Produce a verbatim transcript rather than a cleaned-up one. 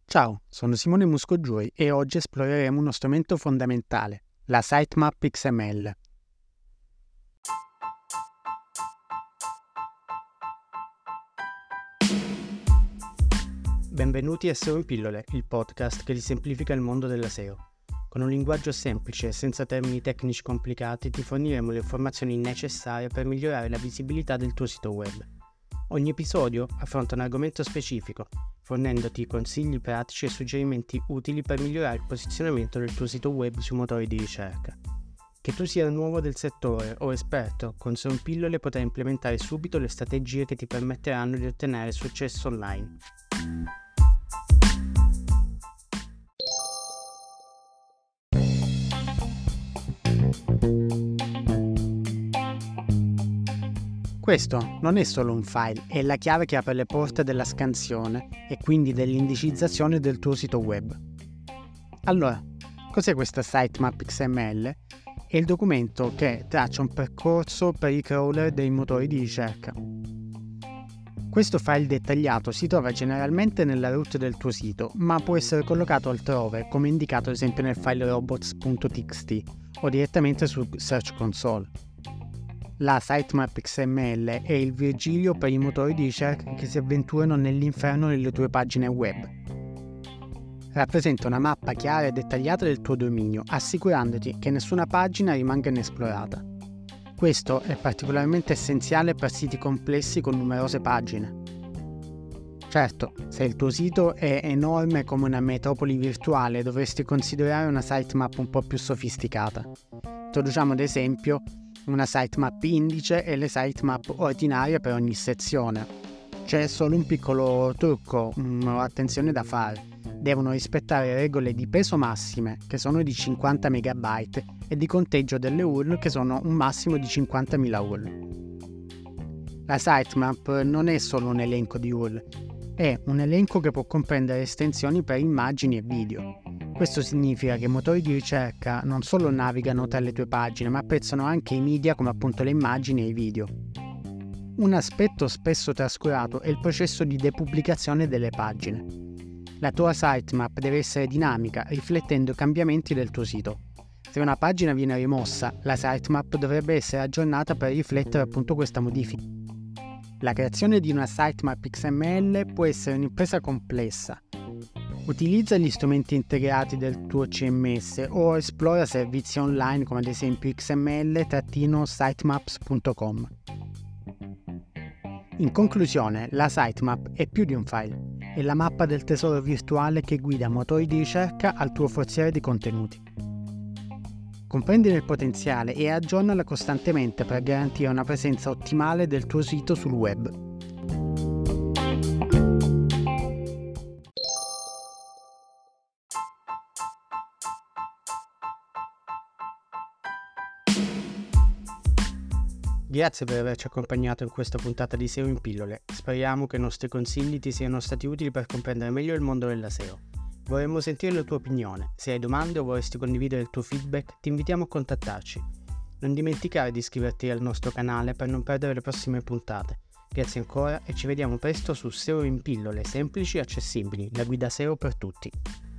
Ciao, sono Simone Muscogiuri e oggi esploreremo uno strumento fondamentale, la Sitemap X M L. Benvenuti a S E O in pillole, il podcast che ti semplifica il mondo della S E O. Con un linguaggio semplice e senza termini tecnici complicati ti forniremo le informazioni necessarie per migliorare la visibilità del tuo sito web. Ogni episodio affronta un argomento specifico, fornendoti consigli pratici e suggerimenti utili per migliorare il posizionamento del tuo sito web sui motori di ricerca. Che tu sia nuovo del settore o esperto, con S E O in pillole potrai implementare subito le strategie che ti permetteranno di ottenere successo online. Questo non è solo un file, è la chiave che apre le porte della scansione e quindi dell'indicizzazione del tuo sito web. Allora, cos'è questa Sitemap X M L? È il documento che traccia un percorso per i crawler dei motori di ricerca. Questo file dettagliato si trova generalmente nella root del tuo sito, ma può essere collocato altrove, come indicato ad esempio nel file robots punto t x t o direttamente su Search Console. La Sitemap X M L è il Virgilio per i motori di ricerca che si avventurano nell'inferno delle tue pagine web. Rappresenta una mappa chiara e dettagliata del tuo dominio, assicurandoti che nessuna pagina rimanga inesplorata. Questo è particolarmente essenziale per siti complessi con numerose pagine. Certo, se il tuo sito è enorme come una metropoli virtuale, dovresti considerare una sitemap un po' più sofisticata. Introduciamo ad esempio una sitemap indice e le sitemap ordinarie per ogni sezione. C'è solo un piccolo trucco o attenzione da fare. Devono rispettare regole di peso massime, che sono di cinquanta megabyte, e di conteggio delle U R L, che sono un massimo di cinquantamila U R L. La sitemap non è solo un elenco di U R L, è un elenco che può comprendere estensioni per immagini e video. Questo significa che i motori di ricerca non solo navigano tra le tue pagine, ma apprezzano anche i media come appunto le immagini e i video. Un aspetto spesso trascurato è il processo di depubblicazione delle pagine. La tua sitemap deve essere dinamica, riflettendo i cambiamenti del tuo sito. Se una pagina viene rimossa, la sitemap dovrebbe essere aggiornata per riflettere appunto questa modifica. La creazione di una Sitemap X M L può essere un'impresa complessa. Utilizza gli strumenti integrati del tuo C M S o esplora servizi online come ad esempio x m l sitemaps punto com. In conclusione, la sitemap è più di un file, è la mappa del tesoro virtuale che guida motori di ricerca al tuo forziere di contenuti. Comprendine il potenziale e aggiornala costantemente per garantire una presenza ottimale del tuo sito sul web. Grazie per averci accompagnato in questa puntata di S E O in pillole. Speriamo che i nostri consigli ti siano stati utili per comprendere meglio il mondo della S E O. Vorremmo sentire la tua opinione. Se hai domande o vorresti condividere il tuo feedback, ti invitiamo a contattarci. Non dimenticare di iscriverti al nostro canale per non perdere le prossime puntate. Grazie ancora e ci vediamo presto su S E O in pillole semplici e accessibili, la guida S E O per tutti.